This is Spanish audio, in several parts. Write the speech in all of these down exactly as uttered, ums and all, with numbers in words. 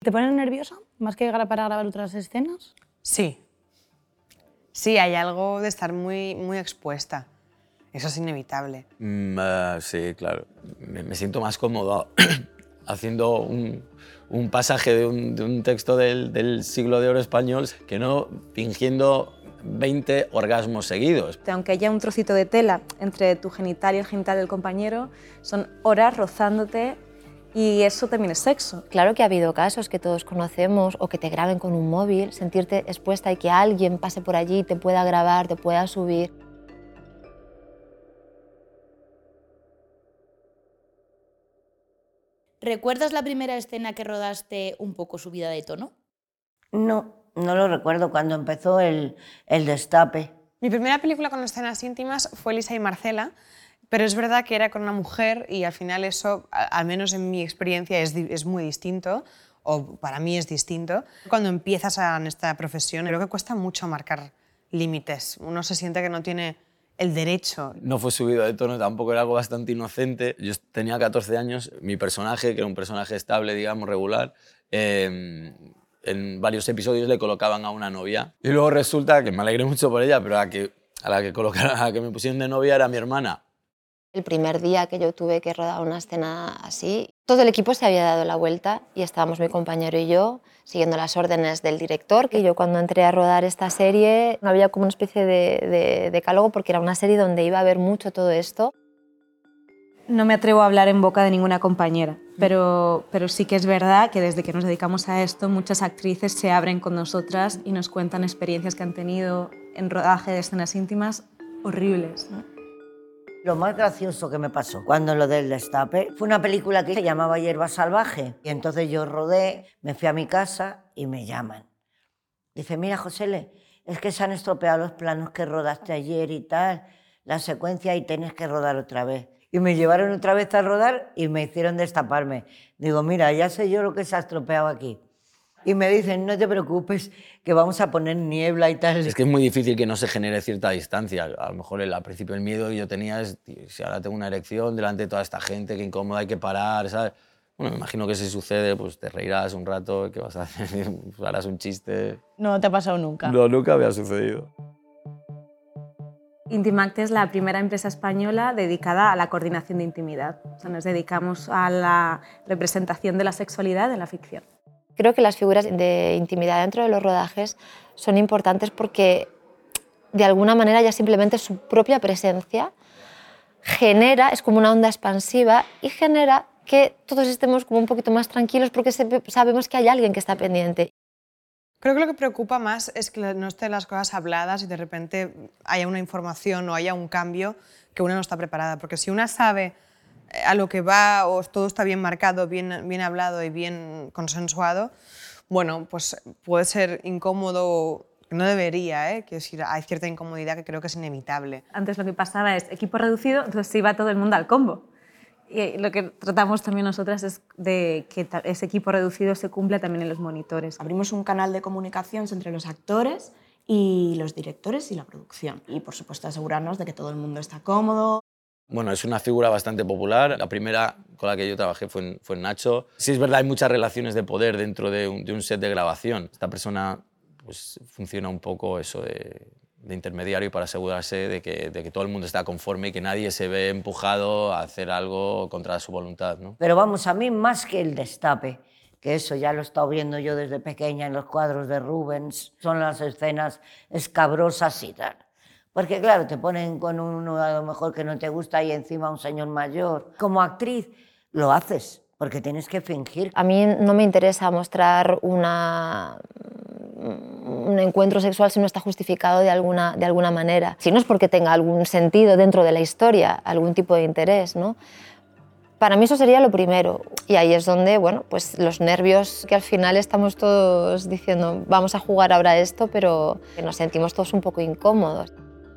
¿Te pones nerviosa más que para grabar otras escenas? Sí. Sí, hay algo de estar muy, muy expuesta. Eso es inevitable. Mm, uh, sí, claro. Me, me siento más cómodo haciendo un, un pasaje de un, de un texto del, del siglo de oro español que no fingiendo veinte orgasmos seguidos. Aunque haya un trocito de tela entre tu genital y el genital del compañero, son horas rozándote y eso también es sexo. Claro que ha habido casos que todos conocemos o que te graben con un móvil, sentirte expuesta y que alguien pase por allí, te pueda grabar, te pueda subir. ¿Recuerdas la primera escena que rodaste un poco subida de tono? No, no lo recuerdo, cuando empezó el, el destape. Mi primera película con escenas íntimas fue Lisa y Marcela, pero es verdad que era con una mujer y al final eso, al menos en mi experiencia, es, es muy distinto, o para mí es distinto. Cuando empiezas en esta profesión, creo que cuesta mucho marcar límites. Uno se siente que no tiene el derecho. No fue subido de tono, tampoco era algo bastante inocente. Yo tenía catorce años, mi personaje, que era un personaje estable, digamos, regular, eh, en varios episodios le colocaban a una novia. Y luego resulta que me alegré mucho por ella, pero a la que, a la que, colocaron, a la que me pusieron de novia era mi hermana. El primer día que yo tuve que rodar una escena así, todo el equipo se había dado la vuelta y estábamos mi compañero y yo siguiendo las órdenes del director, que yo cuando entré a rodar esta serie no había como una especie de, de decálogo porque era una serie donde iba a haber mucho todo esto. No me atrevo a hablar en boca de ninguna compañera, pero, pero sí que es verdad que desde que nos dedicamos a esto muchas actrices se abren con nosotras y nos cuentan experiencias que han tenido en rodaje de escenas íntimas horribles, ¿no? Lo más gracioso que me pasó cuando lo del destape fue una película que se llamaba Hierba Salvaje y entonces yo rodé, me fui a mi casa y me llaman. Dice, mira, Josele, es que se han estropeado los planos que rodaste ayer y tal, la secuencia y tienes que rodar otra vez. Y me llevaron otra vez a rodar y me hicieron destaparme. Digo, mira, ya sé yo lo que se ha estropeado aquí. Y me dicen, no te preocupes, que vamos a poner niebla y tal. Es que es muy difícil que no se genere cierta distancia. A lo mejor el, al principio el miedo que yo tenía es, tío, si ahora tengo una erección delante de toda esta gente, qué incómodo, hay que parar, ¿sabes? Bueno, me imagino que si sucede, pues te reirás un rato, ¿qué vas a hacer? Pues harás un chiste. No te ha pasado nunca. No, nunca había sucedido. Intimact es la primera empresa española dedicada a la coordinación de intimidad. O sea, nos dedicamos a la representación de la sexualidad en la ficción. Creo que las figuras de intimidad dentro de los rodajes son importantes porque de alguna manera ya simplemente su propia presencia genera, es como una onda expansiva y genera que todos estemos como un poquito más tranquilos porque sabemos que hay alguien que está pendiente. Creo que lo que preocupa más es que no estén las cosas habladas y de repente haya una información o haya un cambio que una no está preparada. Porque si una sabe a lo que va o todo está bien marcado, bien, bien hablado y bien consensuado, bueno, pues puede ser incómodo, no debería, ¿eh? Quiero decir, hay cierta incomodidad que creo que es inevitable. Antes lo que pasaba es equipo reducido, entonces iba todo el mundo al combo. Y lo que tratamos también nosotras es de que ese equipo reducido se cumpla también en los monitores. Abrimos un canal de comunicación entre los actores y los directores y la producción. Y, por supuesto, asegurarnos de que todo el mundo está cómodo. Bueno, es una figura bastante popular. La primera con la que yo trabajé fue en, fue en Nacho. Sí, es verdad, hay muchas relaciones de poder dentro de un, de un set de grabación. Esta persona pues, funciona un poco eso de, de intermediario para asegurarse de que, de que todo el mundo está conforme y que nadie se ve empujado a hacer algo contra su voluntad, ¿no? Pero vamos, a mí más que el destape, que eso ya lo he estado viendo yo desde pequeña en los cuadros de Rubens, son las escenas escabrosas y tal. Porque claro, te ponen con uno a lo mejor que no te gusta y encima un señor mayor. Como actriz lo haces, porque tienes que fingir. A mí no me interesa mostrar una, un encuentro sexual si no está justificado de alguna, de alguna manera. Si no es porque tenga algún sentido dentro de la historia, algún tipo de interés, ¿no? Para mí eso sería lo primero. Y ahí es donde, bueno, pues los nervios, que al final estamos todos diciendo vamos a jugar ahora esto, pero nos sentimos todos un poco incómodos.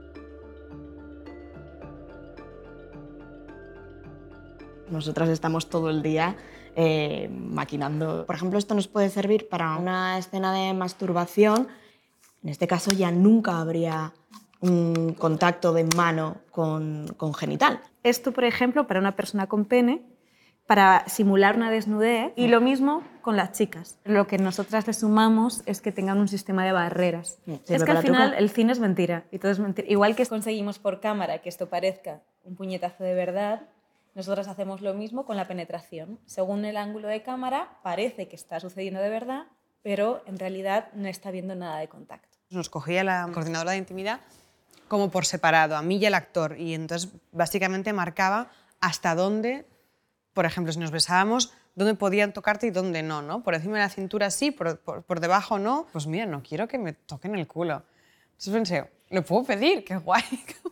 Nosotras estamos todo el día eh, maquinando. Por ejemplo, esto nos puede servir para una escena de masturbación. En este caso ya nunca habría un contacto de mano con, con genital. Esto, por ejemplo, para una persona con pene, para simular una desnudez, y lo mismo con las chicas. Lo que nosotras le sumamos es que tengan un sistema de barreras. Sí, es que al ¿verdad, final Tuca? el cine es mentira y todo es mentira. Igual que conseguimos por cámara que esto parezca un puñetazo de verdad, nosotras hacemos lo mismo con la penetración. Según el ángulo de cámara, parece que está sucediendo de verdad, pero en realidad no está habiendo nada de contacto. Nos cogía la coordinadora de intimidad como por separado, a mí y al actor, y entonces básicamente marcaba hasta dónde, por ejemplo, si nos besábamos, dónde podían tocarte y dónde no, ¿no? Por encima de la cintura sí, por, por, por debajo no. Pues mira, no quiero que me toquen el culo. Entonces pensé, lo puedo pedir, qué guay.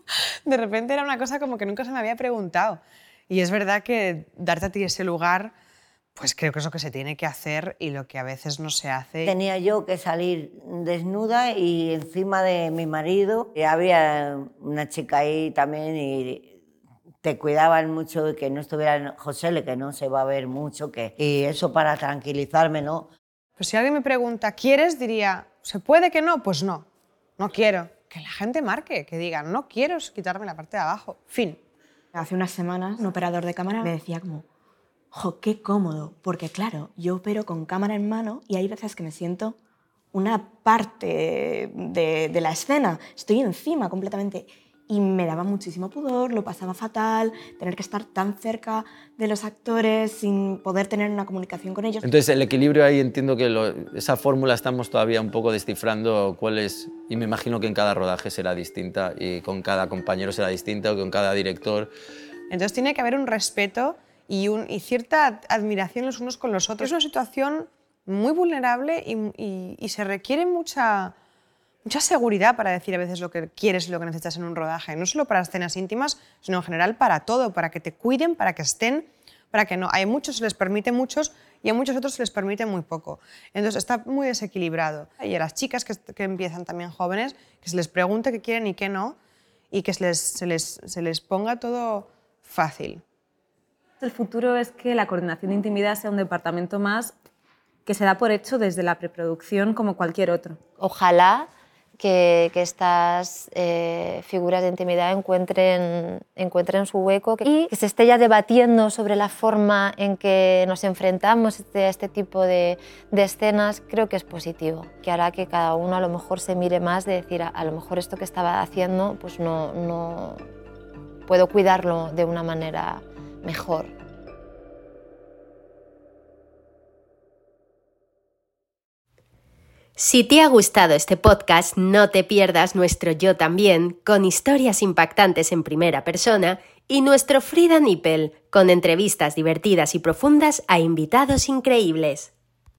De repente era una cosa como que nunca se me había preguntado. Y es verdad que darte a ti ese lugar, pues creo que es lo que se tiene que hacer y lo que a veces no se hace. Tenía yo que salir desnuda y encima de mi marido y había una chica ahí también y te cuidaban mucho de que no estuviera José, que no se va a ver mucho, que, y eso para tranquilizarme, ¿no? Pues si alguien me pregunta, ¿quieres? Diría, ¿se puede que no? Pues no, no quiero. Que la gente marque, que diga, no quiero quitarme la parte de abajo. Fin. Hace unas semanas un operador de cámara me decía como, jo, qué cómodo, porque claro, yo opero con cámara en mano y hay veces que me siento una parte de, de la escena, estoy encima completamente y me daba muchísimo pudor, lo pasaba fatal, tener que estar tan cerca de los actores sin poder tener una comunicación con ellos. Entonces el equilibrio ahí entiendo que lo, esa fórmula estamos todavía un poco descifrando cuál es, y me imagino que en cada rodaje será distinta y con cada compañero será distinta o con cada director. Entonces tiene que haber un respeto y, un, y cierta admiración los unos con los otros. Es una situación muy vulnerable y, y, y se requiere mucha, mucha seguridad para decir a veces lo que quieres y lo que necesitas en un rodaje. No solo para escenas íntimas, sino en general para todo, para que te cuiden, para que estén, para que no. Hay muchos se les permite muchos y a muchos otros se les permite muy poco. Entonces está muy desequilibrado. Y a las chicas que, que empiezan también jóvenes, que se les pregunte qué quieren y qué no, y que se les, se les, se les ponga todo fácil. El futuro es que la coordinación de intimidad sea un departamento más que se da por hecho desde la preproducción como cualquier otro. Ojalá que, que estas eh, figuras de intimidad encuentren, encuentren su hueco y que se esté ya debatiendo sobre la forma en que nos enfrentamos a este tipo de, de escenas. Creo que es positivo, que hará que cada uno a lo mejor se mire más de decir a, a lo mejor esto que estaba haciendo pues no, no puedo cuidarlo de una manera mejor. Si te ha gustado este podcast, no te pierdas nuestro Yo También, con historias impactantes en primera persona, y nuestro Frida Nippel, con entrevistas divertidas y profundas a invitados increíbles.